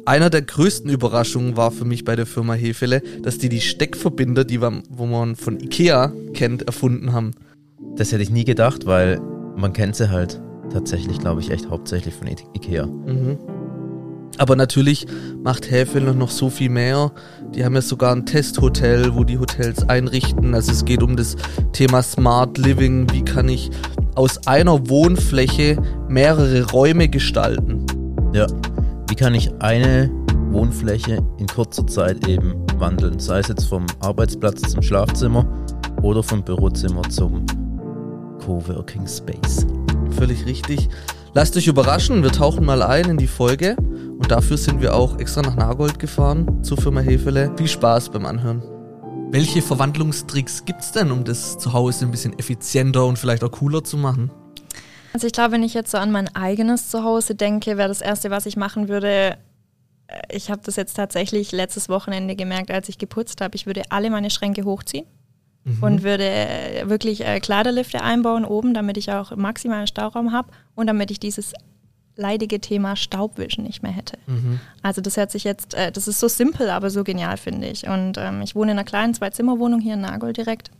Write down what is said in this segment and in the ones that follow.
einer der größten Überraschungen war für mich bei der Firma Hefele, dass die Steckverbinder, wo man von Ikea kennt, erfunden haben. Das hätte ich nie gedacht, weil man kennt sie halt tatsächlich, glaube ich, echt hauptsächlich von Ikea. Mhm. Aber natürlich macht Hefele noch so viel mehr. Die haben ja sogar ein Testhotel, wo die Hotels einrichten. Also es geht um das Thema Smart Living. Wie kann ich aus einer Wohnfläche mehrere Räume gestalten? Ja, wie kann ich eine Wohnfläche in kurzer Zeit eben wandeln? Sei es jetzt vom Arbeitsplatz zum Schlafzimmer oder vom Bürozimmer zum Coworking Space. Völlig richtig. Lasst euch überraschen, wir tauchen mal ein in die Folge. Und dafür sind wir auch extra nach Nagold gefahren, zur Firma Hefele. Viel Spaß beim Anhören. Welche Verwandlungstricks gibt's denn, um das zu Hause ein bisschen effizienter und vielleicht auch cooler zu machen? Also ich glaube, wenn ich jetzt so an mein eigenes Zuhause denke, wäre das Erste, was ich machen würde, ich habe das jetzt tatsächlich letztes Wochenende gemerkt, als ich geputzt habe, ich würde alle meine Schränke hochziehen und würde wirklich Kleiderlifte einbauen oben, damit ich auch maximalen Stauraum habe und damit ich dieses leidige Thema Staubwischen nicht mehr hätte. Also das hört sich jetzt, das ist so simpel, aber so genial, finde ich. Und ich wohne in einer kleinen 2-Zimmer-Wohnung hier in Nagold direkt,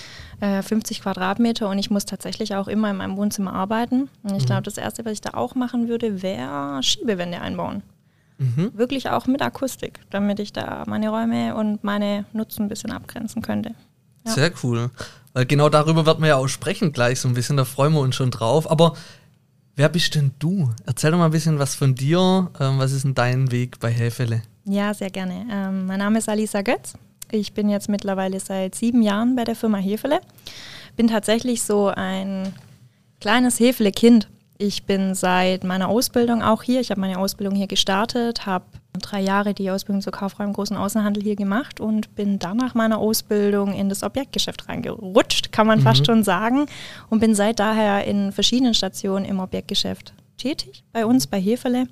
50 Quadratmeter und ich muss tatsächlich auch immer in meinem Wohnzimmer arbeiten. Und ich glaube, das Erste, was ich da auch machen würde, wäre Schiebewände einbauen. Wirklich auch mit Akustik, damit ich da meine Räume und meine Nutzen ein bisschen abgrenzen könnte. Ja. Sehr cool. Weil genau darüber wird man ja auch sprechen gleich so ein bisschen, da freuen wir uns schon drauf. Aber wer bist denn du? Erzähl doch mal ein bisschen was von dir. Was ist denn dein Weg bei Hefele? Ja, sehr gerne. Mein Name ist Alisa Götz. Ich bin jetzt mittlerweile seit 7 Jahren bei der Firma Hefele. Bin tatsächlich so ein kleines Hefele-Kind. Ich bin seit meiner Ausbildung auch hier. Ich habe meine Ausbildung hier gestartet, habe 3 Jahre die Ausbildung zur Kauffrau im großen Außenhandel hier gemacht und bin dann nach meiner Ausbildung in das Objektgeschäft reingerutscht, kann man fast schon sagen. Und bin seit daher in verschiedenen Stationen im Objektgeschäft tätig, bei uns, bei Hefele.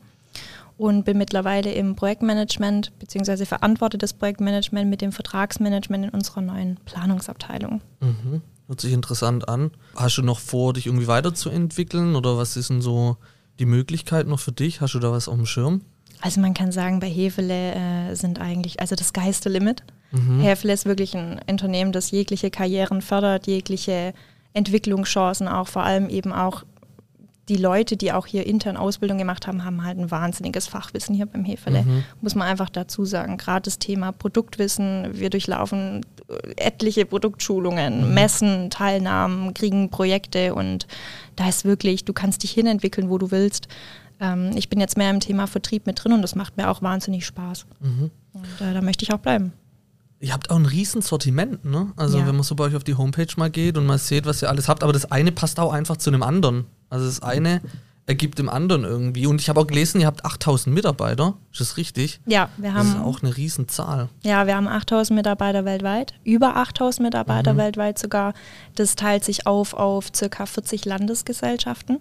Und bin mittlerweile im Projektmanagement bzw. verantworte das Projektmanagement mit dem Vertragsmanagement in unserer neuen Planungsabteilung. Hört sich interessant an. Hast du noch vor, dich irgendwie weiterzuentwickeln oder was ist denn so die Möglichkeit noch für dich? Hast du da was auf dem Schirm? Also man kann sagen, bei Hefele sind eigentlich, also das Sky's the limit. Hefele ist wirklich ein Unternehmen, das jegliche Karrieren fördert, jegliche Entwicklungschancen auch, vor allem eben auch die Leute, die auch hier intern Ausbildung gemacht haben, haben halt ein wahnsinniges Fachwissen hier beim Hefele. Muss man einfach dazu sagen. Gerade das Thema Produktwissen, wir durchlaufen etliche Produktschulungen, Messen, Teilnahmen, kriegen Projekte und da ist wirklich, du kannst dich hinentwickeln, wo du willst. Ich bin jetzt mehr im Thema Vertrieb mit drin und das macht mir auch wahnsinnig Spaß. Und da möchte ich auch bleiben. Ihr habt auch ein riesen Sortiment, ne? Also wenn man so bei euch auf die Homepage mal geht und mal sieht, was ihr alles habt, aber das eine passt auch einfach zu einem anderen. Also das eine ergibt dem anderen irgendwie. Und ich habe auch gelesen, ihr habt 8000 Mitarbeiter. Ist das richtig? Ja, das ist auch eine Riesenzahl. Ja, wir haben 8000 Mitarbeiter weltweit, über 8000 Mitarbeiter weltweit sogar. Das teilt sich auf ca. 40 Landesgesellschaften.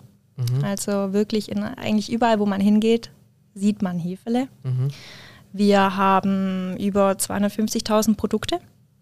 Also wirklich eigentlich überall, wo man hingeht, sieht man Hefele. Wir haben über 250.000 Produkte.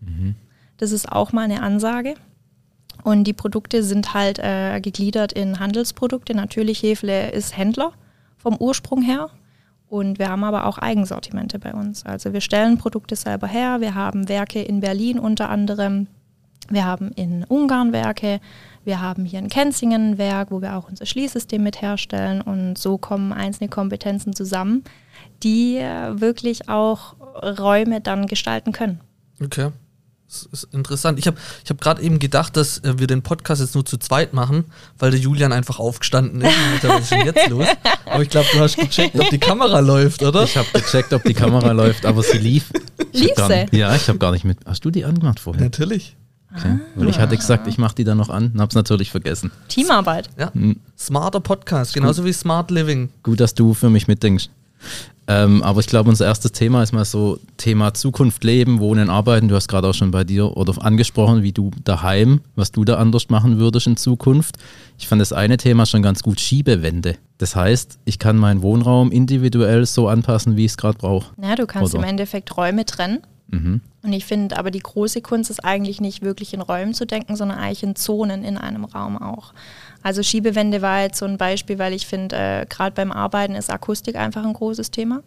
Das ist auch mal eine Ansage. Und die Produkte sind halt gegliedert in Handelsprodukte. Natürlich, Hefele ist Händler vom Ursprung her. Und wir haben aber auch Eigensortimente bei uns. Also wir stellen Produkte selber her. Wir haben Werke in Berlin unter anderem. Wir haben in Ungarn Werke. Wir haben hier in Kenzingen ein Werk, wo wir auch unser Schließsystem mit herstellen. Und so kommen einzelne Kompetenzen zusammen, die wirklich auch Räume dann gestalten können. Okay. Das ist interessant. Ich hab gerade eben gedacht, dass wir den Podcast jetzt nur zu zweit machen, weil der Julian einfach aufgestanden ist. Was ist denn jetzt los? Aber ich glaube, du hast gecheckt, ob die Kamera läuft, oder? Ich habe gecheckt, ob die Kamera läuft, aber sie lief. Lief sie? Ja, ich habe gar nicht mit. Hast du die angemacht vorher? Natürlich. Okay. Weil ich hatte gesagt, ich mache die dann noch an und habe es natürlich vergessen. Teamarbeit. Ja. Smarter Podcast, genauso wie Smart Living. Gut, dass du für mich mitdenkst. Aber ich glaube, unser erstes Thema ist mal so Thema Zukunft, Leben, Wohnen, Arbeiten. Du hast gerade auch schon bei dir oder angesprochen, wie du daheim, was du da anders machen würdest in Zukunft. Ich fand das eine Thema schon ganz gut, Schiebewände. Das heißt, ich kann meinen Wohnraum individuell so anpassen, wie ich es gerade brauche. Ja, du kannst im Endeffekt Räume trennen. Und ich finde aber, die große Kunst ist eigentlich nicht wirklich in Räumen zu denken, sondern eigentlich in Zonen in einem Raum auch. Also Schiebewände war jetzt so ein Beispiel, weil ich finde, gerade beim Arbeiten ist Akustik einfach ein großes Thema.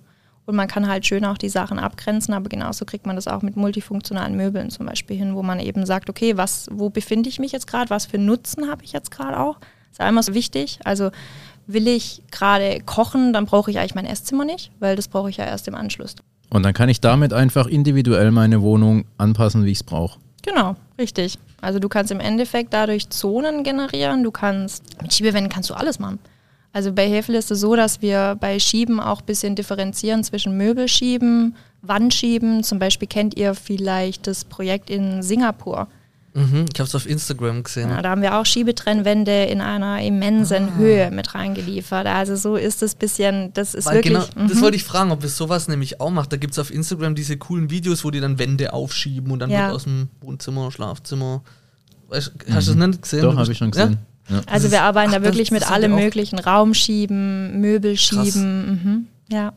Und man kann halt schön auch die Sachen abgrenzen, aber genauso kriegt man das auch mit multifunktionalen Möbeln zum Beispiel hin, wo man eben sagt, okay, wo befinde ich mich jetzt gerade, was für Nutzen habe ich jetzt gerade auch? Das ist einmal so wichtig. Also will ich gerade kochen, dann brauche ich eigentlich mein Esszimmer nicht, weil das brauche ich ja erst im Anschluss. Und dann kann ich damit einfach individuell meine Wohnung anpassen, wie ich es brauche. Genau, richtig. Also du kannst im Endeffekt dadurch Zonen generieren, mit Schiebewänden kannst du alles machen. Also bei Häfele ist es so, dass wir bei Schieben auch ein bisschen differenzieren zwischen Möbelschieben, Wandschieben. Zum Beispiel kennt ihr vielleicht das Projekt in Singapur. Ich habe es auf Instagram gesehen. Ja, da haben wir auch Schiebetrennwände in einer immensen Höhe mit reingeliefert. Also so ist es ein bisschen, das ist wirklich... Genau, das wollte ich fragen, ob es sowas nämlich auch macht. Da gibt es auf Instagram diese coolen Videos, wo die dann Wände aufschieben und dann wird aus dem Wohnzimmer, Schlafzimmer... Hast du das nicht gesehen? Doch, habe ich schon gesehen. Ja? Ja. Also wir arbeiten da wirklich mit allem möglichen, Raumschieben, Möbelschieben. Ja.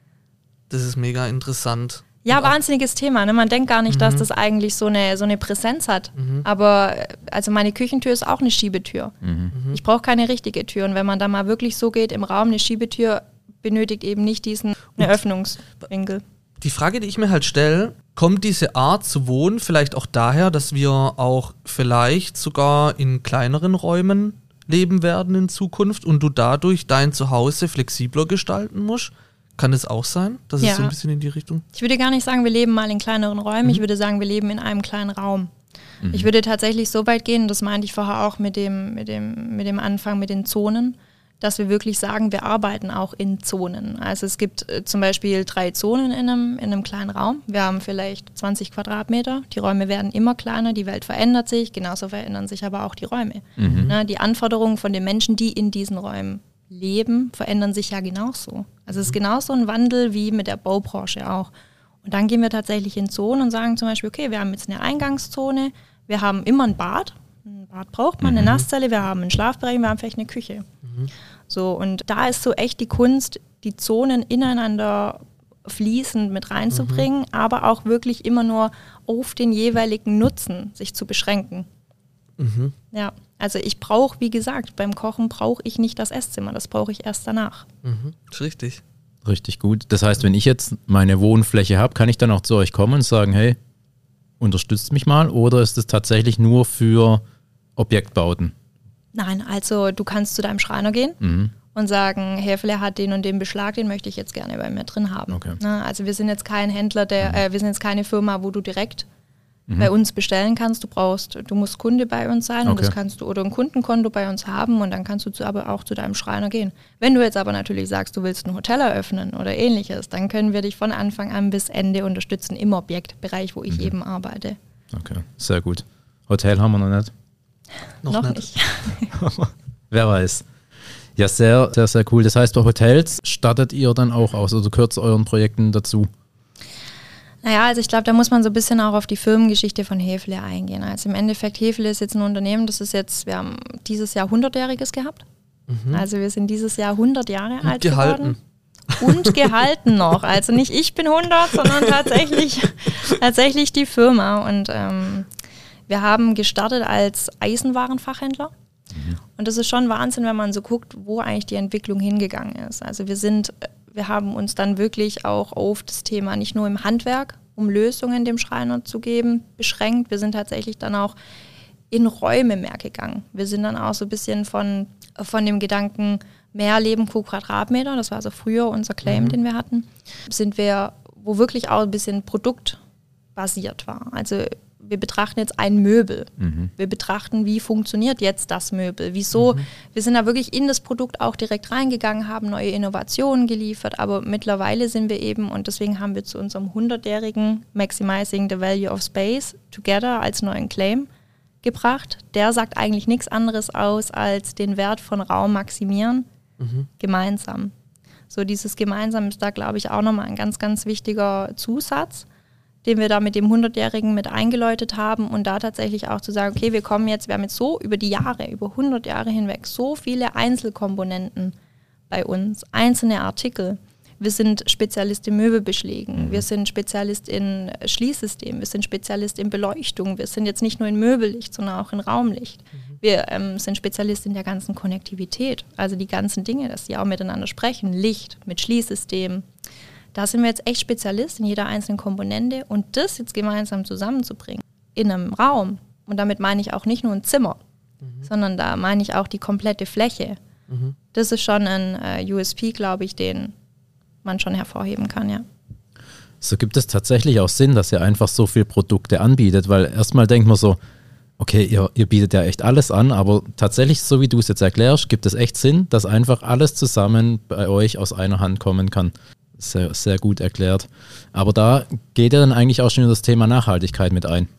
Das ist mega interessant. Ja, wahnsinniges Thema. Ne? Man denkt gar nicht, dass das eigentlich so eine Präsenz hat. Aber also meine Küchentür ist auch eine Schiebetür. Ich brauche keine richtige Tür. Und wenn man da mal wirklich so geht, im Raum eine Schiebetür benötigt eben nicht diesen Öffnungswinkel. Die Frage, die ich mir halt stelle, kommt diese Art zu wohnen vielleicht auch daher, dass wir auch vielleicht sogar in kleineren Räumen leben werden in Zukunft und du dadurch dein Zuhause flexibler gestalten musst? Kann es auch sein, dass es so ein bisschen in die Richtung... Ich würde gar nicht sagen, wir leben mal in kleineren Räumen. Ich würde sagen, wir leben in einem kleinen Raum. Ich würde tatsächlich so weit gehen, das meinte ich vorher auch mit dem Anfang, mit den Zonen, dass wir wirklich sagen, wir arbeiten auch in Zonen. Also es gibt zum Beispiel 3 Zonen in einem kleinen Raum. Wir haben vielleicht 20 Quadratmeter. Die Räume werden immer kleiner, die Welt verändert sich, genauso verändern sich aber auch die Räume. Na, die Anforderungen von den Menschen, die in diesen Räumen leben, verändern sich ja genauso. Also es ist genauso ein Wandel wie mit der Baubranche auch. Und dann gehen wir tatsächlich in Zonen und sagen zum Beispiel, okay, wir haben jetzt eine Eingangszone, wir haben immer ein Bad. Ein Bad braucht man, eine Nasszelle, wir haben einen Schlafbereich, wir haben vielleicht eine Küche. So, und da ist so echt die Kunst, die Zonen ineinander fließend mit reinzubringen, aber auch wirklich immer nur auf den jeweiligen Nutzen sich zu beschränken. Ja, also ich brauche, wie gesagt, beim Kochen brauche ich nicht das Esszimmer, das brauche ich erst danach. Ist richtig. Richtig gut. Das heißt, wenn ich jetzt meine Wohnfläche habe, kann ich dann auch zu euch kommen und sagen, hey, unterstützt mich mal, oder ist es tatsächlich nur für Objektbauten? Nein, also du kannst zu deinem Schreiner gehen und sagen, Häfele hat den und den Beschlag, den möchte ich jetzt gerne bei mir drin haben. Okay. Na, also wir sind jetzt kein Händler, wir sind jetzt keine Firma, wo du direkt bei uns bestellen kannst. Du musst Kunde bei uns sein und das kannst du oder ein Kundenkonto bei uns haben und dann kannst du aber auch zu deinem Schreiner gehen. Wenn du jetzt aber natürlich sagst, du willst ein Hotel eröffnen oder ähnliches, dann können wir dich von Anfang an bis Ende unterstützen im Objektbereich, wo ich eben arbeite. Okay, sehr gut. Hotel haben wir noch nicht. Noch nicht. Wer weiß. Ja, sehr, sehr, sehr cool. Das heißt, bei Hotels stattet ihr dann auch aus, also gehört zu euren Projekten dazu? Naja, also ich glaube, da muss man so ein bisschen auch auf die Firmengeschichte von Häfele eingehen. Also im Endeffekt, Häfele ist jetzt ein Unternehmen, wir haben dieses Jahr 100-jähriges gehabt. Also wir sind dieses Jahr 100 Jahre alt geworden. Und gehalten noch. Also nicht ich bin 100, sondern tatsächlich die Firma. Und wir haben gestartet als Eisenwarenfachhändler. Und das ist schon Wahnsinn, wenn man so guckt, wo eigentlich die Entwicklung hingegangen ist. Also wir haben uns dann wirklich auch auf das Thema nicht nur im Handwerk, um Lösungen dem Schreiner zu geben, beschränkt. Wir sind tatsächlich dann auch in Räume mehr gegangen. Wir sind dann auch so ein bisschen von dem Gedanken, mehr Leben pro Quadratmeter, das war also früher unser Claim, den wir hatten, wo wirklich auch ein bisschen produktbasiert war. Also wir betrachten jetzt ein Möbel. Wir betrachten, wie funktioniert jetzt das Möbel. Wieso? Wir sind da wirklich in das Produkt auch direkt reingegangen, haben neue Innovationen geliefert, aber mittlerweile sind wir eben, und deswegen haben wir zu unserem 100-jährigen Maximizing the Value of Space Together als neuen Claim gebracht. Der sagt eigentlich nichts anderes aus, als den Wert von Raum maximieren, gemeinsam. So dieses Gemeinsam ist da, glaube ich, auch nochmal ein ganz, ganz wichtiger Zusatz, den wir da mit dem 100-Jährigen mit eingeläutet haben und da tatsächlich auch zu sagen, okay, wir haben jetzt so über die Jahre, über 100 Jahre hinweg so viele Einzelkomponenten bei uns, einzelne Artikel. Wir sind Spezialist in Möbelbeschlägen, wir sind Spezialist in Schließsystemen, wir sind Spezialist in Beleuchtung, wir sind jetzt nicht nur in Möbellicht, sondern auch in Raumlicht. Wir sind Spezialist in der ganzen Konnektivität, also die ganzen Dinge, dass die auch miteinander sprechen, Licht mit Schließsystemen. Da sind wir jetzt echt Spezialist in jeder einzelnen Komponente und das jetzt gemeinsam zusammenzubringen in einem Raum. Und damit meine ich auch nicht nur ein Zimmer, sondern da meine ich auch die komplette Fläche. Das ist schon ein USP, glaube ich, den man schon hervorheben kann, ja. So gibt es tatsächlich auch Sinn, dass ihr einfach so viele Produkte anbietet, weil erstmal denkt man so, okay, ihr bietet ja echt alles an, aber tatsächlich, so wie du es jetzt erklärst, gibt es echt Sinn, dass einfach alles zusammen bei euch aus einer Hand kommen kann. Sehr, sehr gut erklärt. Aber da geht ja dann eigentlich auch schon in das Thema Nachhaltigkeit mit ein.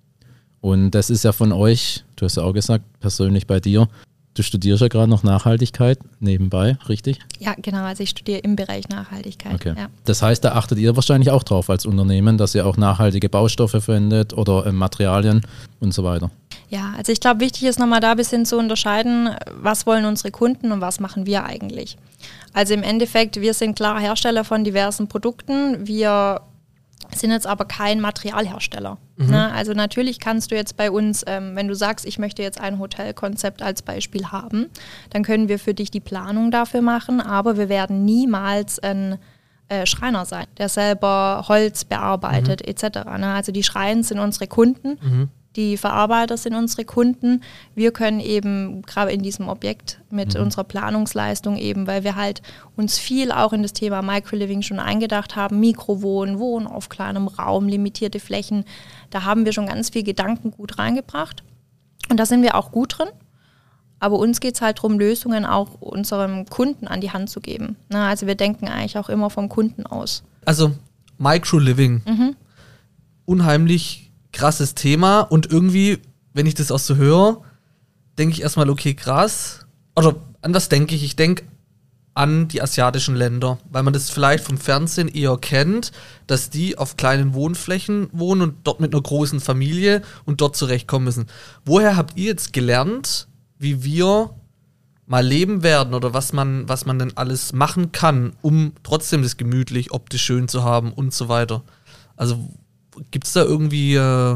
Und das ist ja von euch, du hast ja auch gesagt, persönlich bei dir, du studierst ja gerade noch Nachhaltigkeit nebenbei, richtig? Ja, genau, also ich studiere im Bereich Nachhaltigkeit. Okay. Ja. Das heißt, da achtet ihr wahrscheinlich auch drauf als Unternehmen, dass ihr auch nachhaltige Baustoffe verwendet oder Materialien und so weiter. Ja, also ich glaube, wichtig ist nochmal da ein bisschen zu unterscheiden, was wollen unsere Kunden und was machen wir eigentlich. Also im Endeffekt, wir sind klar Hersteller von diversen Produkten, wir sind jetzt aber kein Materialhersteller. Ne? Also natürlich kannst du jetzt bei uns, wenn du sagst, ich möchte jetzt ein Hotelkonzept als Beispiel haben, dann können wir für dich die Planung dafür machen, aber wir werden niemals ein Schreiner sein, der selber Holz bearbeitet etc. Ne? Also die Schreiner sind unsere Kunden, die Verarbeiter sind unsere Kunden. Wir können eben gerade in diesem Objekt mit unserer Planungsleistung eben, weil wir halt uns viel auch in das Thema Microliving schon eingedacht haben, Mikrowohnen, Wohnen auf kleinem Raum, limitierte Flächen, da haben wir schon ganz viel Gedankengut reingebracht und da sind wir auch gut drin. Aber uns geht es halt darum, Lösungen auch unserem Kunden an die Hand zu geben. Na, also wir denken eigentlich auch immer vom Kunden aus. Also Microliving, unheimlich krasses Thema und irgendwie, wenn ich das auch so höre, denke ich erstmal, okay, krass. Oder an was denke ich? Ich denke an die asiatischen Länder, weil man das vielleicht vom Fernsehen eher kennt, dass die auf kleinen Wohnflächen wohnen und dort mit einer großen Familie und dort zurechtkommen müssen. Woher habt ihr jetzt gelernt, wie wir mal leben werden oder was man denn alles machen kann, um trotzdem das gemütlich, optisch schön zu haben und so weiter? Also gibt es da irgendwie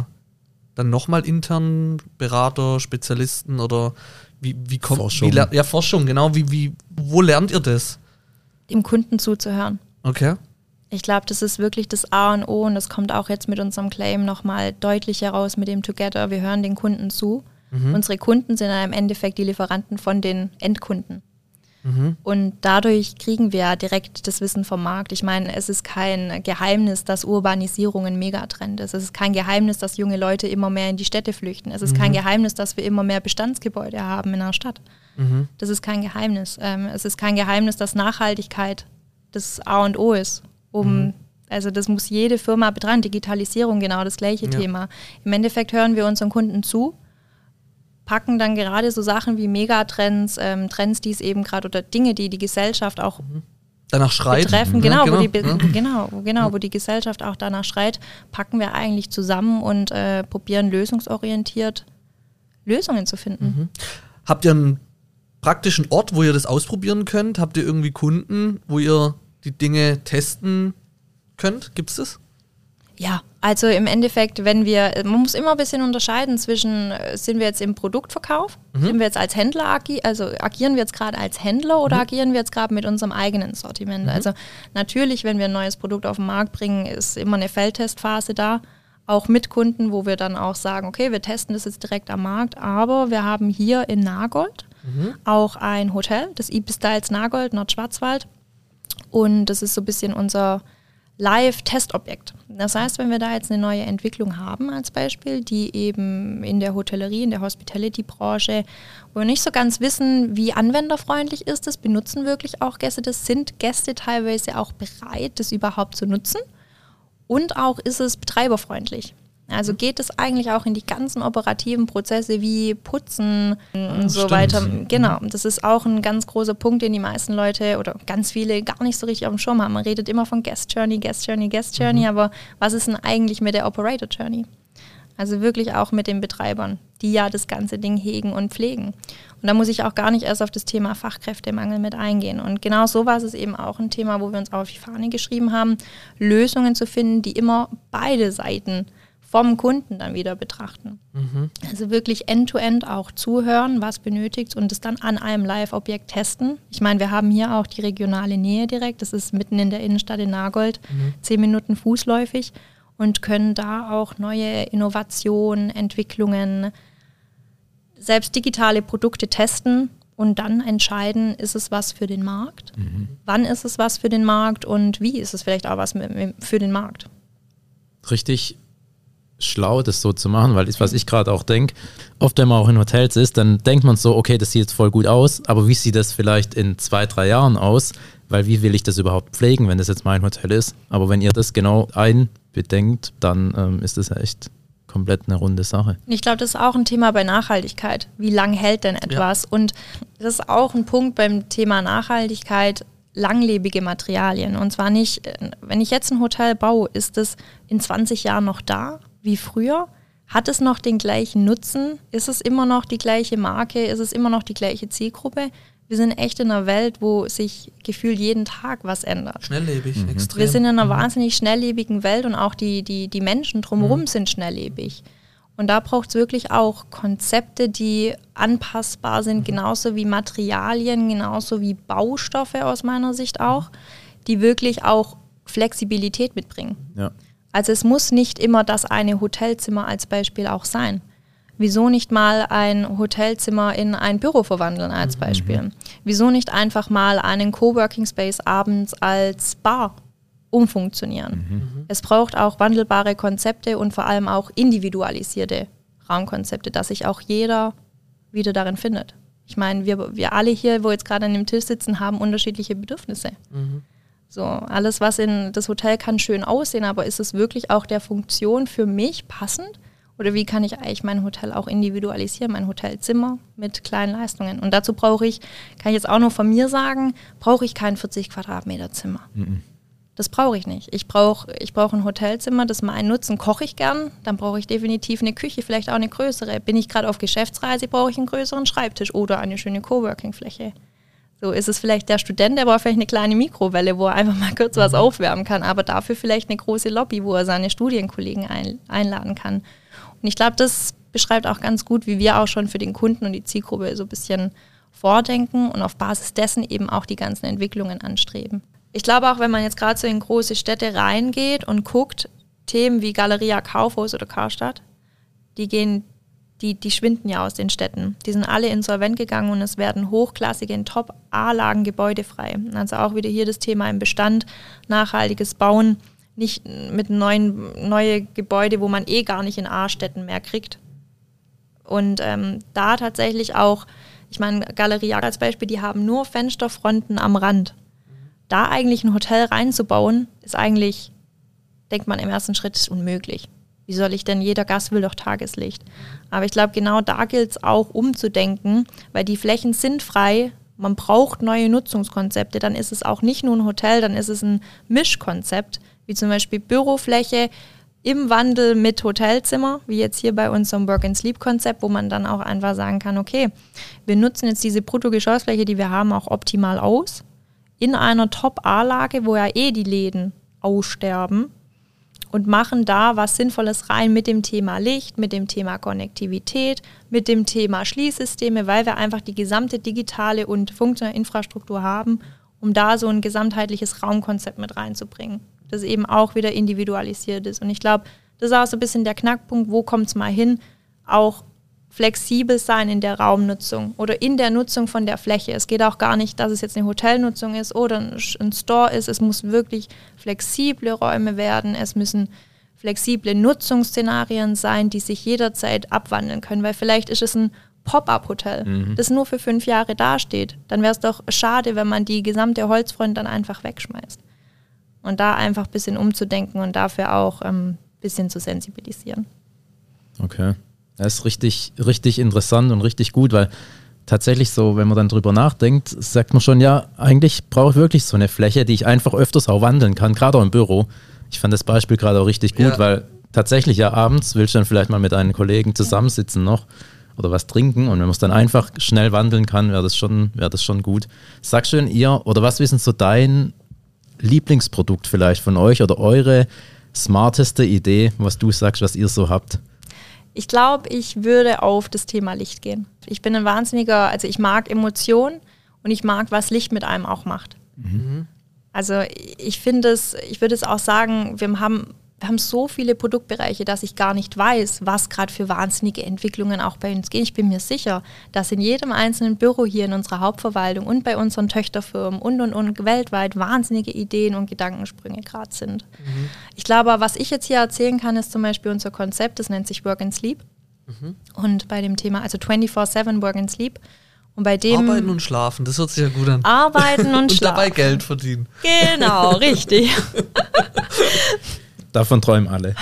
dann nochmal intern Berater, Spezialisten oder wie kommt Forschung? Forschung, genau. Wo lernt ihr das? Dem Kunden zuzuhören. Okay. Ich glaube, das ist wirklich das A und O und das kommt auch jetzt mit unserem Claim nochmal deutlich heraus mit dem Together. Wir hören den Kunden zu. Unsere Kunden sind ja im Endeffekt die Lieferanten von den Endkunden. Und dadurch kriegen wir direkt das Wissen vom Markt. Ich meine, es ist kein Geheimnis, dass Urbanisierung ein Megatrend ist. Es ist kein Geheimnis, dass junge Leute immer mehr in die Städte flüchten. Es ist kein Geheimnis, dass wir immer mehr Bestandsgebäude haben in einer Stadt. Das ist kein Geheimnis. Es ist kein Geheimnis, dass Nachhaltigkeit das A und O ist. Also das muss jede Firma betreiben. Digitalisierung, genau das gleiche Thema. Im Endeffekt hören wir unseren Kunden zu, packen dann gerade so Sachen wie Megatrends, Trends, die es eben gerade oder Dinge, die die Gesellschaft auch danach schreit. Betreffen, wo die Gesellschaft auch danach schreit, packen wir eigentlich zusammen und probieren lösungsorientiert Lösungen zu finden. Habt ihr einen praktischen Ort, wo ihr das ausprobieren könnt? Habt ihr irgendwie Kunden, wo ihr die Dinge testen könnt? Gibt es das? Ja, also im Endeffekt, man muss immer ein bisschen unterscheiden zwischen, sind wir jetzt im Produktverkauf, sind wir jetzt als Händler, agieren wir jetzt gerade als Händler oder agieren wir jetzt gerade mit unserem eigenen Sortiment? Also natürlich, wenn wir ein neues Produkt auf den Markt bringen, ist immer eine Feldtestphase da, auch mit Kunden, wo wir dann auch sagen, okay, wir testen das jetzt direkt am Markt, aber wir haben hier in Nagold auch ein Hotel, das Ibis Styles Nagold, Nordschwarzwald, und das ist so ein bisschen unser Live-Testobjekt. Das heißt, wenn wir da jetzt eine neue Entwicklung haben als Beispiel, die eben in der Hotellerie, in der Hospitality-Branche, wo wir nicht so ganz wissen, wie anwenderfreundlich ist das, benutzen wirklich auch Gäste das, sind Gäste teilweise auch bereit, das überhaupt zu nutzen und auch ist es betreiberfreundlich. Also geht es eigentlich auch in die ganzen operativen Prozesse wie Putzen und so weiter. Genau, das ist auch ein ganz großer Punkt, den die meisten Leute oder ganz viele gar nicht so richtig auf dem Schirm haben. Man redet immer von Guest Journey, aber was ist denn eigentlich mit der Operator Journey? Also wirklich auch mit den Betreibern, die ja das ganze Ding hegen und pflegen. Und da muss ich auch gar nicht erst auf das Thema Fachkräftemangel mit eingehen. Und genau so war es eben auch ein Thema, wo wir uns auf die Fahne geschrieben haben, Lösungen zu finden, die immer beide Seiten vom Kunden dann wieder betrachten. Also wirklich end-to-end auch zuhören, was benötigt und es dann an einem Live-Objekt testen. Ich meine, wir haben hier auch die regionale Nähe direkt. Das ist mitten in der Innenstadt in Nagold, 10 Minuten fußläufig und können da auch neue Innovationen, Entwicklungen, selbst digitale Produkte testen und dann entscheiden, ist es was für den Markt? Wann ist es was für den Markt und wie ist es vielleicht auch was für den Markt? Richtig schlau, das so zu machen, weil was ich gerade auch denke, oft wenn man auch in Hotels ist, dann denkt man so, okay, das sieht jetzt voll gut aus, aber wie sieht das vielleicht in 2-3 Jahren aus? Weil wie will ich das überhaupt pflegen, wenn das jetzt mein Hotel ist? Aber wenn ihr das genau einbedenkt, dann ist das echt komplett eine runde Sache. Ich glaube, das ist auch ein Thema bei Nachhaltigkeit. Wie lang hält denn etwas? Ja. Und das ist auch ein Punkt beim Thema Nachhaltigkeit, langlebige Materialien. Und zwar nicht, wenn ich jetzt ein Hotel baue, ist es in 20 Jahren noch da, wie früher? Hat es noch den gleichen Nutzen? Ist es immer noch die gleiche Marke? Ist es immer noch die gleiche Zielgruppe? Wir sind echt in einer Welt, wo sich gefühlt jeden Tag was ändert. Schnelllebig, extrem. Wir sind in einer wahnsinnig schnelllebigen Welt und auch die Menschen drumherum sind schnelllebig. Und da braucht es wirklich auch Konzepte, die anpassbar sind, genauso wie Materialien, genauso wie Baustoffe aus meiner Sicht auch, die wirklich auch Flexibilität mitbringen. Ja. Also es muss nicht immer das eine Hotelzimmer als Beispiel auch sein. Wieso nicht mal ein Hotelzimmer in ein Büro verwandeln als Beispiel? Wieso nicht einfach mal einen Coworking Space abends als Bar umfunktionieren? Es braucht auch wandelbare Konzepte und vor allem auch individualisierte Raumkonzepte, dass sich auch jeder wieder darin findet. Ich meine, wir alle hier, wo jetzt gerade an dem Tisch sitzen, haben unterschiedliche Bedürfnisse. So, alles, was in das Hotel kann schön aussehen, aber ist es wirklich auch der Funktion für mich passend? Oder wie kann ich eigentlich mein Hotel auch individualisieren, mein Hotelzimmer mit kleinen Leistungen? Und dazu kann ich jetzt auch nur von mir sagen, brauche ich kein 40 Quadratmeter Zimmer. Das brauche ich nicht. Ich brauche ein Hotelzimmer, das meinen Nutzen koche ich gern, dann brauche ich definitiv eine Küche, vielleicht auch eine größere. Bin ich gerade auf Geschäftsreise, brauche ich einen größeren Schreibtisch oder eine schöne Coworking-Fläche. So ist es vielleicht der Student, der braucht vielleicht eine kleine Mikrowelle, wo er einfach mal kurz was aufwärmen kann, aber dafür vielleicht eine große Lobby, wo er seine Studienkollegen einladen kann. Und ich glaube, das beschreibt auch ganz gut, wie wir auch schon für den Kunden und die Zielgruppe so ein bisschen vordenken und auf Basis dessen eben auch die ganzen Entwicklungen anstreben. Ich glaube auch, wenn man jetzt gerade so in große Städte reingeht und guckt, Themen wie Galeria Kaufhaus oder Karstadt, die schwinden ja aus den Städten. Die sind alle insolvent gegangen und es werden hochklassige, in Top-A-Lagen Gebäude frei. Also auch wieder hier das Thema im Bestand, nachhaltiges Bauen, nicht mit neue Gebäude, wo man gar nicht in A-Städten mehr kriegt. Und da tatsächlich auch, ich meine, Galeria als Beispiel, die haben nur Fensterfronten am Rand. Da eigentlich ein Hotel reinzubauen, ist eigentlich, denkt man im ersten Schritt, ist unmöglich. Wie soll ich denn, jeder Gast will doch Tageslicht. Aber ich glaube, genau da gilt es auch umzudenken, weil die Flächen sind frei, man braucht neue Nutzungskonzepte, dann ist es auch nicht nur ein Hotel, dann ist es ein Mischkonzept, wie zum Beispiel Bürofläche im Wandel mit Hotelzimmer, wie jetzt hier bei unserem Work-and-Sleep-Konzept, wo man dann auch einfach sagen kann, okay, wir nutzen jetzt diese Bruttogeschossfläche, die wir haben, auch optimal aus, in einer Top-A-Lage, wo ja die Läden aussterben, und machen da was Sinnvolles rein mit dem Thema Licht, mit dem Thema Konnektivität, mit dem Thema Schließsysteme, weil wir einfach die gesamte digitale und funktionelle Infrastruktur haben, um da so ein gesamtheitliches Raumkonzept mit reinzubringen, das eben auch wieder individualisiert ist. Und ich glaube, das ist auch so ein bisschen der Knackpunkt, wo kommt es mal hin, auch flexibel sein in der Raumnutzung oder in der Nutzung von der Fläche. Es geht auch gar nicht, dass es jetzt eine Hotelnutzung ist oder ein Store ist. Es muss wirklich flexible Räume werden. Es müssen flexible Nutzungsszenarien sein, die sich jederzeit abwandeln können, weil vielleicht ist es ein Pop-up-Hotel, das nur für 5 Jahre dasteht. Dann wäre es doch schade, wenn man die gesamte Holzfront dann einfach wegschmeißt. Und da einfach ein bisschen umzudenken und dafür auch ein bisschen zu sensibilisieren. Okay. Das ist richtig, richtig interessant und richtig gut, weil tatsächlich so, wenn man dann drüber nachdenkt, sagt man schon, ja, eigentlich brauche ich wirklich so eine Fläche, die ich einfach öfters auch wandeln kann, gerade auch im Büro. Ich fand das Beispiel gerade auch richtig gut, weil tatsächlich ja abends willst du dann vielleicht mal mit einem Kollegen zusammensitzen noch oder was trinken und wenn man es dann einfach schnell wandeln kann, wäre das schon gut. Sag schön ihr, oder was ist denn so dein Lieblingsprodukt vielleicht von euch oder eure smarteste Idee, was du sagst, was ihr so habt? Ich glaube, ich würde auf das Thema Licht gehen. Ich bin ein wahnsinniger, also ich mag Emotionen und ich mag, was Licht mit einem auch macht. Also ich würde es auch sagen, wir haben so viele Produktbereiche, dass ich gar nicht weiß, was gerade für wahnsinnige Entwicklungen auch bei uns gehen. Ich bin mir sicher, dass in jedem einzelnen Büro hier in unserer Hauptverwaltung und bei unseren Töchterfirmen und weltweit wahnsinnige Ideen und Gedankensprünge gerade sind. Ich glaube, was ich jetzt hier erzählen kann, ist zum Beispiel unser Konzept, das nennt sich Work and Sleep. Und bei dem Thema, also 24/7 Work and Sleep. Und bei dem Arbeiten und schlafen, das hört sich ja gut an. Arbeiten und und schlafen. dabei Geld verdienen. Genau, richtig. Davon träumen alle.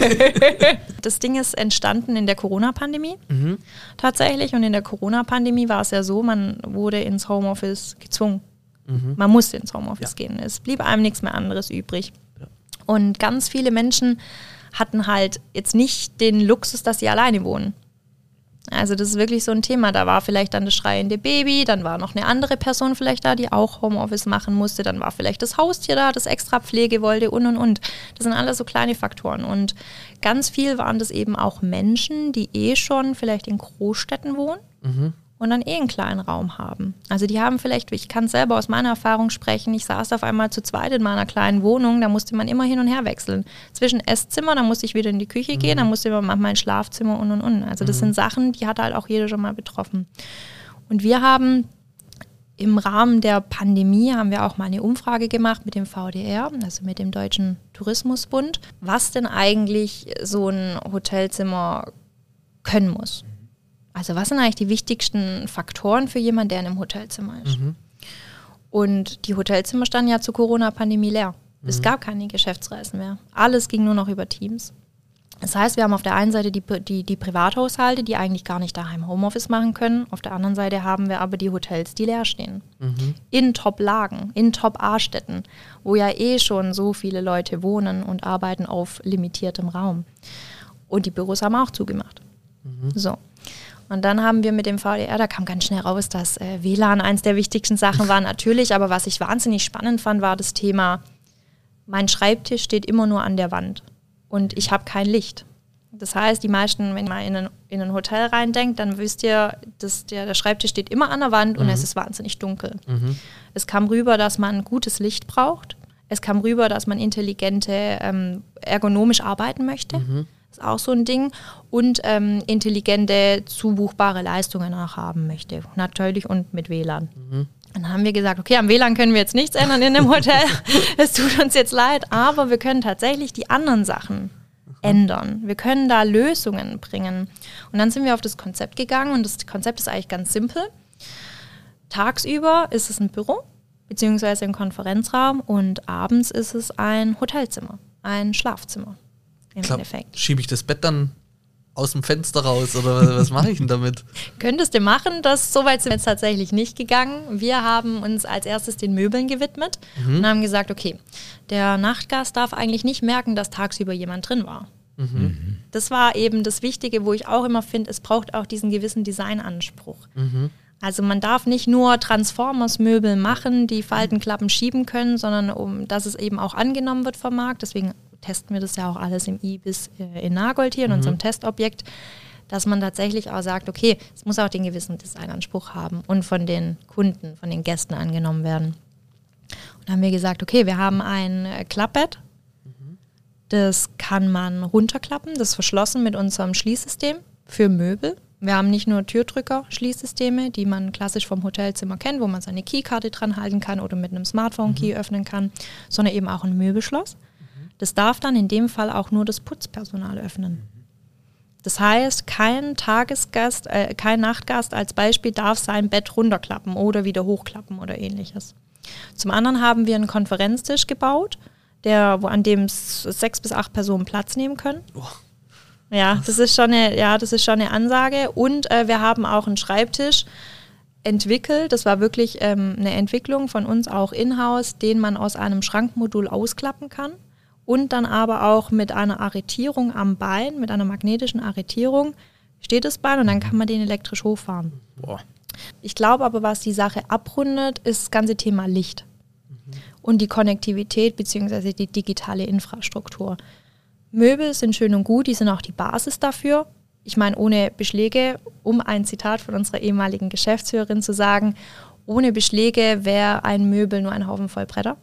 Das Ding ist entstanden in der Corona-Pandemie tatsächlich. Und in der Corona-Pandemie war es ja so, man wurde ins Homeoffice gezwungen. Man musste ins Homeoffice gehen. Es blieb einem nichts mehr anderes übrig. Ja. Und ganz viele Menschen hatten halt jetzt nicht den Luxus, dass sie alleine wohnen. Also das ist wirklich so ein Thema. Da war vielleicht dann das schreiende Baby, dann war noch eine andere Person vielleicht da, die auch Homeoffice machen musste, dann war vielleicht das Haustier da, das extra Pflege wollte und. Das sind alles so kleine Faktoren. Und ganz viel waren das eben auch Menschen, die schon vielleicht in Großstädten wohnen und dann einen kleinen Raum haben. Also die haben vielleicht, ich kann selber aus meiner Erfahrung sprechen, ich saß auf einmal zu zweit in meiner kleinen Wohnung, da musste man immer hin und her wechseln. Zwischen Esszimmer, dann musste ich wieder in die Küche gehen, dann musste man manchmal ins Schlafzimmer und. Also das sind Sachen, die hat halt auch jeder schon mal betroffen. Und wir haben im Rahmen der Pandemie haben wir auch mal eine Umfrage gemacht mit dem VDR, also mit dem Deutschen Tourismusbund, was denn eigentlich so ein Hotelzimmer können muss. Also was sind eigentlich die wichtigsten Faktoren für jemanden, der in einem Hotelzimmer ist? Und die Hotelzimmer standen ja zur Corona-Pandemie leer. Es gab keine Geschäftsreisen mehr. Alles ging nur noch über Teams. Das heißt, wir haben auf der einen Seite die Privathaushalte, die eigentlich gar nicht daheim Homeoffice machen können. Auf der anderen Seite haben wir aber die Hotels, die leer stehen. In Top-Lagen, in Top-A-Städten, wo ja schon so viele Leute wohnen und arbeiten auf limitiertem Raum. Und die Büros haben auch zugemacht. So. Und dann haben wir mit dem VDR, da kam ganz schnell raus, dass WLAN eins der wichtigsten Sachen war natürlich, aber was ich wahnsinnig spannend fand, war das Thema, mein Schreibtisch steht immer nur an der Wand und ich habe kein Licht. Das heißt, die meisten, wenn man in ein Hotel reindenkt, dann wisst ihr, dass der Schreibtisch steht immer an der Wand und es ist wahnsinnig dunkel. Es kam rüber, dass man gutes Licht braucht. Es kam rüber, dass man intelligente, ergonomisch arbeiten möchte. Das ist auch so ein Ding. Und intelligente, zubuchbare Leistungen auch haben möchte. Natürlich und mit WLAN. Dann haben wir gesagt, okay, am WLAN können wir jetzt nichts ändern in dem Hotel. Es tut uns jetzt leid, aber wir können tatsächlich die anderen Sachen ändern. Wir können da Lösungen bringen. Und dann sind wir auf das Konzept gegangen und das Konzept ist eigentlich ganz simpel. Tagsüber ist es ein Büro beziehungsweise ein Konferenzraum und abends ist es ein Hotelzimmer, ein Schlafzimmer. Im Endeffekt. Schiebe ich das Bett dann aus dem Fenster raus oder was mache ich denn damit? Könntest du machen, so weit sind wir jetzt tatsächlich nicht gegangen. Wir haben uns als erstes den Möbeln gewidmet und haben gesagt, okay, der Nachtgast darf eigentlich nicht merken, dass tagsüber jemand drin war. Das war eben das Wichtige, wo ich auch immer finde, es braucht auch diesen gewissen Designanspruch. Also man darf nicht nur Transformers-Möbel machen, die Faltenklappen schieben können, sondern dass es eben auch angenommen wird vom Markt. Deswegen testen wir das ja auch alles im IBIS in Nagold hier in unserem Testobjekt, dass man tatsächlich auch sagt, okay, es muss auch den gewissen Designanspruch haben und von den Kunden, von den Gästen angenommen werden. Und dann haben wir gesagt, okay, wir haben ein Klappbett, das kann man runterklappen, das ist verschlossen mit unserem Schließsystem für Möbel. Wir haben nicht nur Türdrücker-Schließsysteme, die man klassisch vom Hotelzimmer kennt, wo man seine Keykarte dran halten kann oder mit einem Smartphone-Key öffnen kann, sondern eben auch ein Möbelschloss. Das darf dann in dem Fall auch nur das Putzpersonal öffnen. Das heißt, kein Nachtgast als Beispiel darf sein Bett runterklappen oder wieder hochklappen oder ähnliches. Zum anderen haben wir einen Konferenztisch gebaut, an dem 6 bis 8 Personen Platz nehmen können. Ja, das ist schon eine Ansage. Und wir haben auch einen Schreibtisch entwickelt. Das war wirklich eine Entwicklung von uns auch in-house, den man aus einem Schrankmodul ausklappen kann. Und dann aber auch mit einer Arretierung am Bein, mit einer magnetischen Arretierung steht das Bein und dann kann man den elektrisch hochfahren. Ich glaube aber, was die Sache abrundet, ist das ganze Thema Licht. und die Konnektivität bzw. die digitale Infrastruktur. Möbel sind schön und gut, die sind auch die Basis dafür. Ich meine, ohne Beschläge, um ein Zitat von unserer ehemaligen Geschäftsführerin zu sagen, ohne Beschläge wäre ein Möbel nur ein Haufen voll Bretter.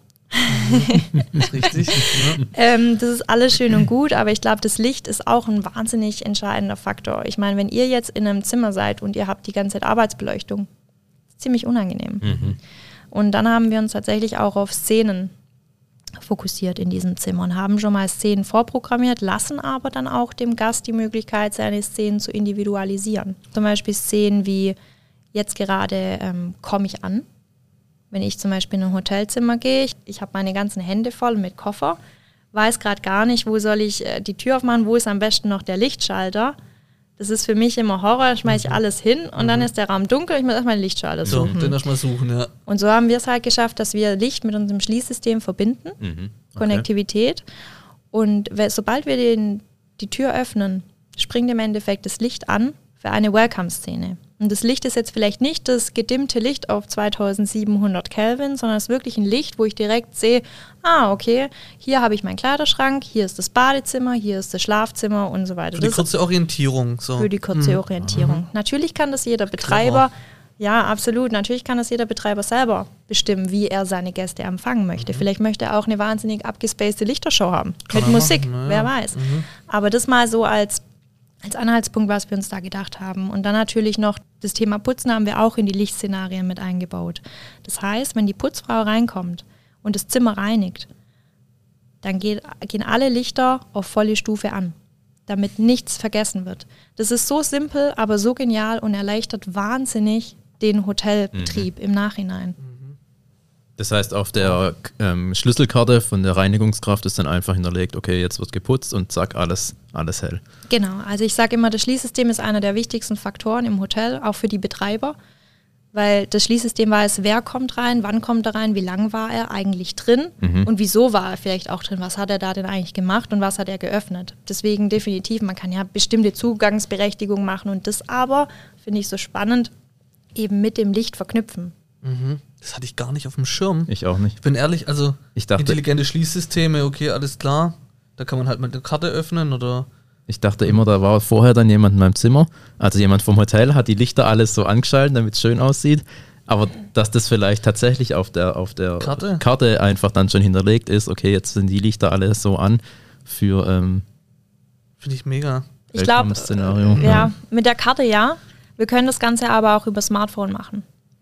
Das ist richtig. Ja. Das ist alles schön und gut, aber ich glaube, das Licht ist auch ein wahnsinnig entscheidender Faktor. Ich meine, wenn ihr jetzt in einem Zimmer seid und ihr habt die ganze Zeit Arbeitsbeleuchtung, ist ziemlich unangenehm. Und dann haben wir uns tatsächlich auch auf Szenen fokussiert in diesem Zimmer und haben schon mal Szenen vorprogrammiert, lassen aber dann auch dem Gast die Möglichkeit, seine Szenen zu individualisieren. Zum Beispiel Szenen wie jetzt gerade komme ich an. Wenn ich zum Beispiel in ein Hotelzimmer gehe, ich habe meine ganzen Hände voll mit Koffer, weiß gerade gar nicht, wo soll ich die Tür aufmachen, wo ist am besten noch der Lichtschalter. Das ist für mich immer Horror, schmeiße ich alles hin und dann ist der Raum dunkel, ich muss erstmal den Lichtschalter suchen. So, den erstmal suchen, ja. Und so haben wir es halt geschafft, dass wir Licht mit unserem Schließsystem verbinden, Konnektivität. Und sobald wir die Tür öffnen, springt im Endeffekt das Licht an für eine Welcome-Szene. Und das Licht ist jetzt vielleicht nicht das gedimmte Licht auf 2700 Kelvin, sondern es ist wirklich ein Licht, wo ich direkt sehe, okay, hier habe ich meinen Kleiderschrank, hier ist das Badezimmer, hier ist das Schlafzimmer und so weiter. Für die kurze Orientierung. So. Für die kurze Orientierung. Natürlich kann das jeder Betreiber, ja, absolut, natürlich kann das jeder Betreiber selber bestimmen, wie er seine Gäste empfangen möchte. Vielleicht möchte er auch eine wahnsinnig abgespacede Lichtershow haben. Mit Musik, wer weiß. Aber das mal so als Anhaltspunkt, was wir uns da gedacht haben. Und dann natürlich noch das Thema Putzen haben wir auch in die Lichtszenarien mit eingebaut. Das heißt, wenn die Putzfrau reinkommt und das Zimmer reinigt, dann gehen alle Lichter auf volle Stufe an, damit nichts vergessen wird. Das ist so simpel, aber so genial und erleichtert wahnsinnig den Hotelbetrieb im Nachhinein. Das heißt, auf der Schlüsselkarte von der Reinigungskraft ist dann einfach hinterlegt, okay, jetzt wird geputzt und zack, alles hell. Genau, also ich sage immer, das Schließsystem ist einer der wichtigsten Faktoren im Hotel, auch für die Betreiber, weil das Schließsystem weiß, wer kommt rein, wann kommt er rein, wie lang war er eigentlich drin und wieso war er vielleicht auch drin, was hat er da denn eigentlich gemacht und was hat er geöffnet. Deswegen definitiv, man kann ja bestimmte Zugangsberechtigungen machen und das aber, finde ich so spannend, eben mit dem Licht verknüpfen. Das hatte ich gar nicht auf dem Schirm. Ich auch nicht. Ich bin ehrlich, also Ich dachte- intelligente Schließsysteme, okay, alles klar. Da kann man halt mal eine Karte öffnen oder... Ich dachte immer, da war vorher dann jemand in meinem Zimmer, also jemand vom Hotel, hat die Lichter alles so angeschaltet, damit es schön aussieht. Aber dass das vielleicht tatsächlich auf der Karte einfach dann schon hinterlegt ist, okay, jetzt sind die Lichter alle so an für Finde ich mega. Ich glaube, Welcome-Szenario. ja, mit der Karte ja. Wir können das Ganze aber auch über Smartphone machen.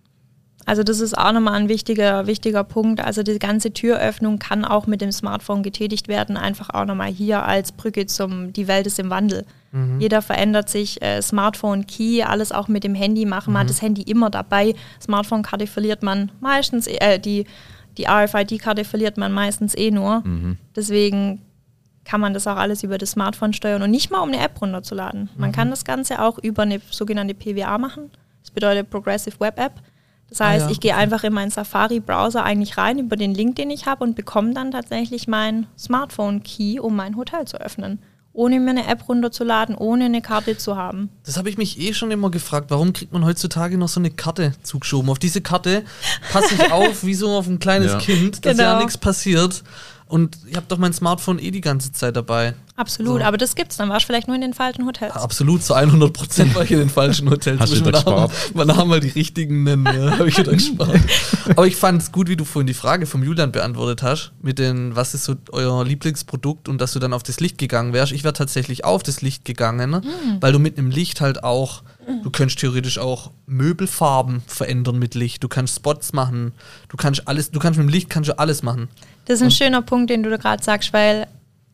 Also das ist auch nochmal ein wichtiger Punkt. Also die ganze Türöffnung kann auch mit dem Smartphone getätigt werden, einfach auch nochmal hier als Brücke zum Die Welt ist im Wandel. Jeder verändert sich, Smartphone, Key, alles auch mit dem Handy machen. Man hat das Handy immer dabei. Smartphone-Karte verliert man meistens, die RFID-Karte verliert man meistens nur. Deswegen kann man das auch alles über das Smartphone steuern und nicht mal um eine App runterzuladen. Man kann das Ganze auch über eine sogenannte PWA machen. Das bedeutet Progressive Web App. Das heißt, ich gehe einfach in meinen Safari-Browser eigentlich rein über den Link, den ich habe und bekomme dann tatsächlich meinen Smartphone-Key, um mein Hotel zu öffnen. Ohne mir eine App runterzuladen, ohne eine Karte zu haben. Das habe ich mich schon immer gefragt, warum kriegt man heutzutage noch so eine Karte zugeschoben? Auf diese Karte passe ich auf wie so auf ein kleines Kind, dass ja nichts passiert. Und ich habe doch mein Smartphone die ganze Zeit dabei. Absolut, aber das gibt's, dann warst du vielleicht nur in den falschen Hotels. Ja, absolut, zu 100% war ich in den falschen Hotels. Hast du wieder gespart? Man haben mal die richtigen nennen, habe ich wieder gespart. Aber ich fand es gut, wie du vorhin die Frage vom Julian beantwortet hast, mit den, was ist so euer Lieblingsprodukt und dass du dann auf das Licht gegangen wärst. Ich wäre tatsächlich auf das Licht gegangen, weil du mit einem Licht halt auch, du könntest theoretisch auch Möbelfarben verändern mit Licht, du kannst Spots machen, du kannst mit dem Licht kannst du alles machen. Das ist ein schöner Punkt, den du da gerade sagst, weil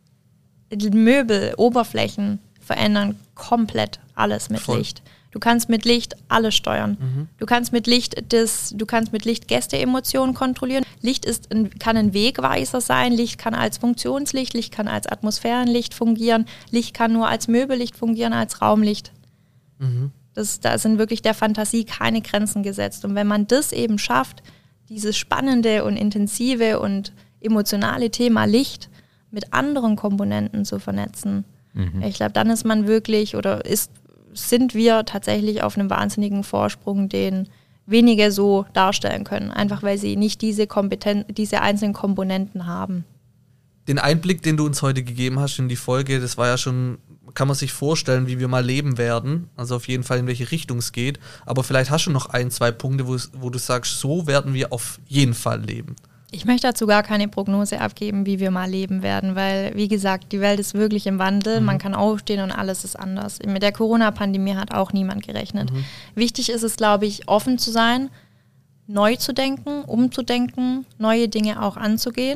Möbel, Oberflächen verändern komplett alles mit Licht. Du kannst mit Licht alles steuern. Du kannst mit Licht Gästeemotionen kontrollieren. Licht kann ein Wegweiser sein, Licht kann als Funktionslicht, Licht kann als Atmosphärenlicht fungieren, Licht kann nur als Möbellicht fungieren, als Raumlicht. Da sind wirklich der Fantasie keine Grenzen gesetzt. Und wenn man das eben schafft, dieses spannende und intensive und emotionale Thema Licht mit anderen Komponenten zu vernetzen. Ich glaube, dann ist man wirklich sind wir tatsächlich auf einem wahnsinnigen Vorsprung, den wenige so darstellen können, einfach weil sie nicht diese einzelnen Komponenten haben. Den Einblick, den du uns heute gegeben hast in die Folge, das war ja schon, kann man sich vorstellen, wie wir mal leben werden, also auf jeden Fall in welche Richtung es geht, aber vielleicht hast du noch 1, 2 Punkte, wo du sagst, so werden wir auf jeden Fall leben. Ich möchte dazu gar keine Prognose abgeben, wie wir mal leben werden, weil, wie gesagt, die Welt ist wirklich im Wandel, man kann aufstehen und alles ist anders. Mit der Corona-Pandemie hat auch niemand gerechnet. Wichtig ist es, glaube ich, offen zu sein, neu zu denken, umzudenken, neue Dinge auch anzugehen,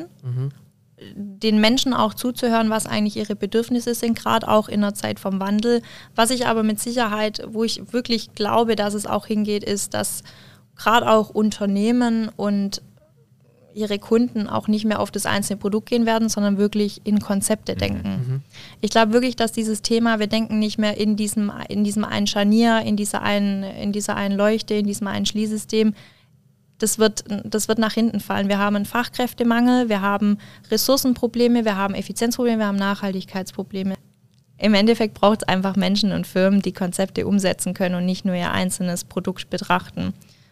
den Menschen auch zuzuhören, was eigentlich ihre Bedürfnisse sind, gerade auch in der Zeit vom Wandel. Was ich aber mit Sicherheit, wo ich wirklich glaube, dass es auch hingeht, ist, dass gerade auch Unternehmen und ihre Kunden auch nicht mehr auf das einzelne Produkt gehen werden, sondern wirklich in Konzepte denken. Ich glaube wirklich, dass dieses Thema, wir denken nicht mehr in diesem einen Scharnier, in dieser einen Leuchte, in diesem einen Schließsystem. Das wird nach hinten fallen. Wir haben einen Fachkräftemangel, wir haben Ressourcenprobleme, wir haben Effizienzprobleme, wir haben Nachhaltigkeitsprobleme. Im Endeffekt braucht es einfach Menschen und Firmen, die Konzepte umsetzen können und nicht nur ihr einzelnes Produkt betrachten.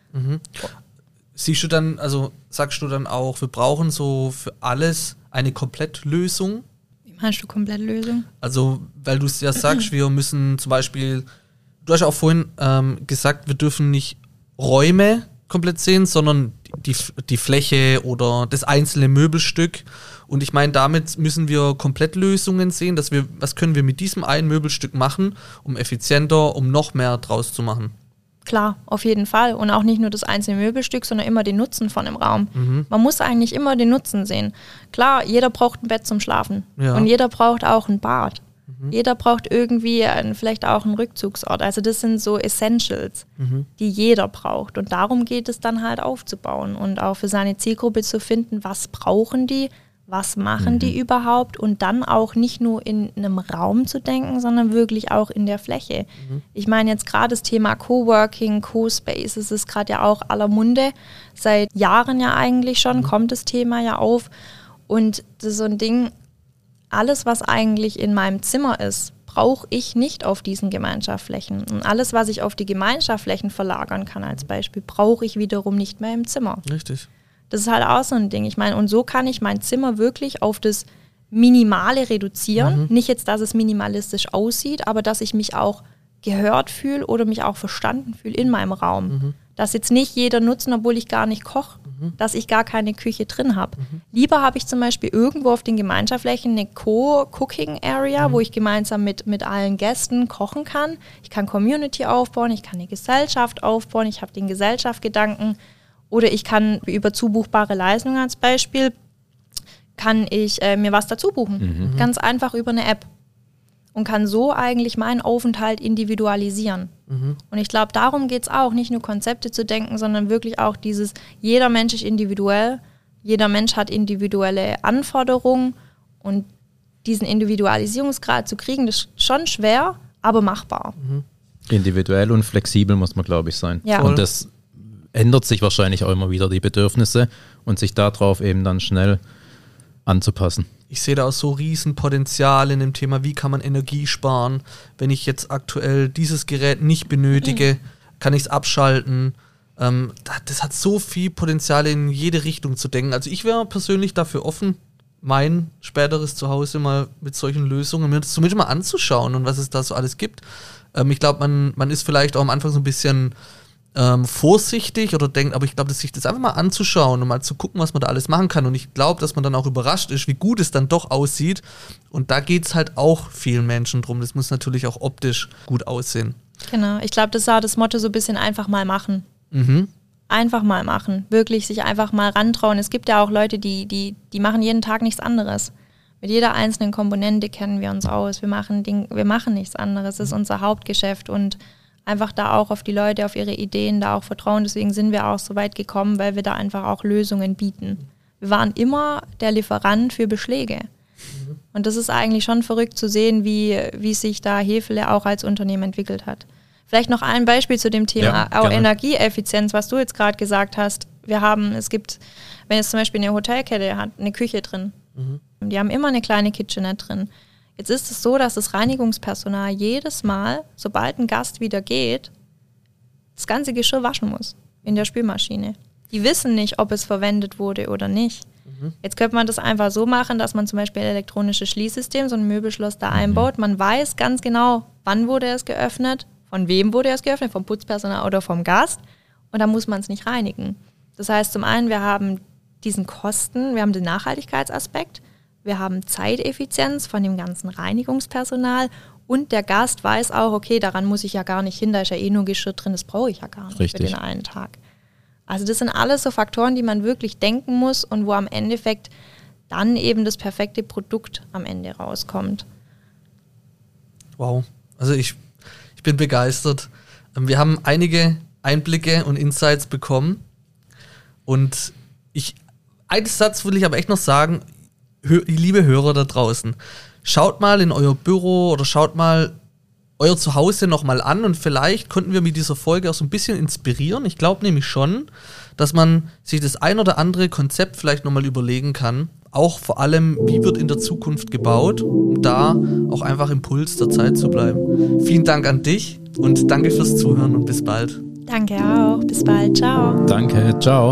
Siehst du dann, also sagst du dann auch, wir brauchen so für alles eine Komplettlösung? Wie meinst du Komplettlösung? Also, weil du es ja sagst, wir müssen zum Beispiel, du hast ja auch vorhin gesagt, wir dürfen nicht Räume komplett sehen, sondern die Fläche oder das einzelne Möbelstück. Und ich meine, damit müssen wir Komplettlösungen sehen, was können wir mit diesem einen Möbelstück machen, um effizienter, um noch mehr draus zu machen. Klar, auf jeden Fall. Und auch nicht nur das einzelne Möbelstück, sondern immer den Nutzen von dem Raum. Man muss eigentlich immer den Nutzen sehen. Klar, jeder braucht ein Bett zum Schlafen. Ja. Und jeder braucht auch ein Bad. Jeder braucht irgendwie vielleicht auch einen Rückzugsort. Also das sind so Essentials, die jeder braucht. Und darum geht es dann halt aufzubauen und auch für seine Zielgruppe zu finden, was brauchen die, was machen die überhaupt und dann auch nicht nur in einem Raum zu denken, sondern wirklich auch in der Fläche. Ich meine jetzt gerade das Thema Coworking, Co-Space, es ist gerade ja auch aller Munde. Seit Jahren ja eigentlich schon kommt das Thema ja auf und das ist so ein Ding, alles was eigentlich in meinem Zimmer ist, brauche ich nicht auf diesen Gemeinschaftsflächen. Und alles, was ich auf die Gemeinschaftsflächen verlagern kann als Beispiel, brauche ich wiederum nicht mehr im Zimmer. Richtig. Das ist halt auch so ein Ding. Ich meine, und so kann ich mein Zimmer wirklich auf das Minimale reduzieren. Nicht jetzt, dass es minimalistisch aussieht, aber dass ich mich auch gehört fühle oder mich auch verstanden fühle in meinem Raum. Dass jetzt nicht jeder nutzen, obwohl ich gar nicht koche, dass ich gar keine Küche drin habe. Lieber habe ich zum Beispiel irgendwo auf den Gemeinschaftsflächen eine Co-Cooking-Area, wo ich gemeinsam mit allen Gästen kochen kann. Ich kann Community aufbauen, ich kann eine Gesellschaft aufbauen, ich habe den Gesellschaftsgedanken. Oder ich kann über zubuchbare Leistungen als Beispiel, kann ich mir was dazu buchen. Ganz einfach über eine App. Und kann so eigentlich meinen Aufenthalt individualisieren. Und ich glaube, darum geht es auch, nicht nur Konzepte zu denken, sondern wirklich auch dieses, jeder Mensch ist individuell, jeder Mensch hat individuelle Anforderungen und diesen Individualisierungsgrad zu kriegen, das ist schon schwer, aber machbar. Individuell und flexibel muss man, glaube ich, sein. Ja. Und das ändert sich wahrscheinlich auch immer wieder, die Bedürfnisse und sich darauf eben dann schnell anzupassen. Ich sehe da auch so Riesenpotenzial in dem Thema, wie kann man Energie sparen. Wenn ich jetzt aktuell dieses Gerät nicht benötige, kann ich es abschalten. Das hat so viel Potenzial in jede Richtung zu denken. Also ich wäre persönlich dafür offen, mein späteres Zuhause mal mit solchen Lösungen mir das zumindest mal anzuschauen und was es da so alles gibt. Ich glaube, man ist vielleicht auch am Anfang so ein bisschen vorsichtig oder denkt, aber ich glaube, sich das einfach mal anzuschauen und mal zu gucken, was man da alles machen kann. Und ich glaube, dass man dann auch überrascht ist, wie gut es dann doch aussieht. Und da geht es halt auch vielen Menschen drum. Das muss natürlich auch optisch gut aussehen. Genau, ich glaube, das war das Motto so ein bisschen einfach mal machen. Einfach mal machen, wirklich sich einfach mal rantrauen. Es gibt ja auch Leute, die machen jeden Tag nichts anderes. Mit jeder einzelnen Komponente kennen wir uns aus. Wir machen nichts anderes. Das ist unser Hauptgeschäft und einfach da auch auf die Leute, auf ihre Ideen da auch vertrauen. Deswegen sind wir auch so weit gekommen, weil wir da einfach auch Lösungen bieten. Wir waren immer der Lieferant für Beschläge. Und das ist eigentlich schon verrückt zu sehen, wie sich da Hefele auch als Unternehmen entwickelt hat. Vielleicht noch ein Beispiel zu dem Thema auch Energieeffizienz, was du jetzt gerade gesagt hast. Es gibt, wenn jetzt zum Beispiel eine Hotelkette hat, eine Küche drin. Und die haben immer eine kleine Kitchenette drin. Jetzt ist es so, dass das Reinigungspersonal jedes Mal, sobald ein Gast wieder geht, das ganze Geschirr waschen muss. in der Spülmaschine. Die wissen nicht, ob es verwendet wurde oder nicht. Jetzt könnte man das einfach so machen, dass man zum Beispiel ein elektronisches Schließsystem, so ein Möbelschloss da einbaut. Man weiß ganz genau, wann wurde es geöffnet, von wem wurde es geöffnet, vom Putzpersonal oder vom Gast. Und dann muss man es nicht reinigen. Das heißt, zum einen, wir haben diesen Kosten, wir haben den Nachhaltigkeitsaspekt, wir haben Zeiteffizienz von dem ganzen Reinigungspersonal und der Gast weiß auch, okay, daran muss ich ja gar nicht hin, da ist ja eh nur Geschirr drin, das brauche ich ja gar nicht für den einen Tag. Also das sind alles so Faktoren, die man wirklich denken muss und wo am Endeffekt dann eben das perfekte Produkt am Ende rauskommt. Wow, also ich bin begeistert. Wir haben einige Einblicke und Insights bekommen und einen Satz will ich aber echt noch sagen, liebe Hörer da draußen, schaut mal in euer Büro oder schaut mal euer Zuhause nochmal an und vielleicht konnten wir mit dieser Folge auch so ein bisschen inspirieren. Ich glaube nämlich schon, dass man sich das ein oder andere Konzept vielleicht nochmal überlegen kann. Auch vor allem, wie wird in der Zukunft gebaut, um da auch einfach im Puls der Zeit zu bleiben. Vielen Dank an dich und danke fürs Zuhören und bis bald. Danke auch. Bis bald. Ciao. Danke. Ciao.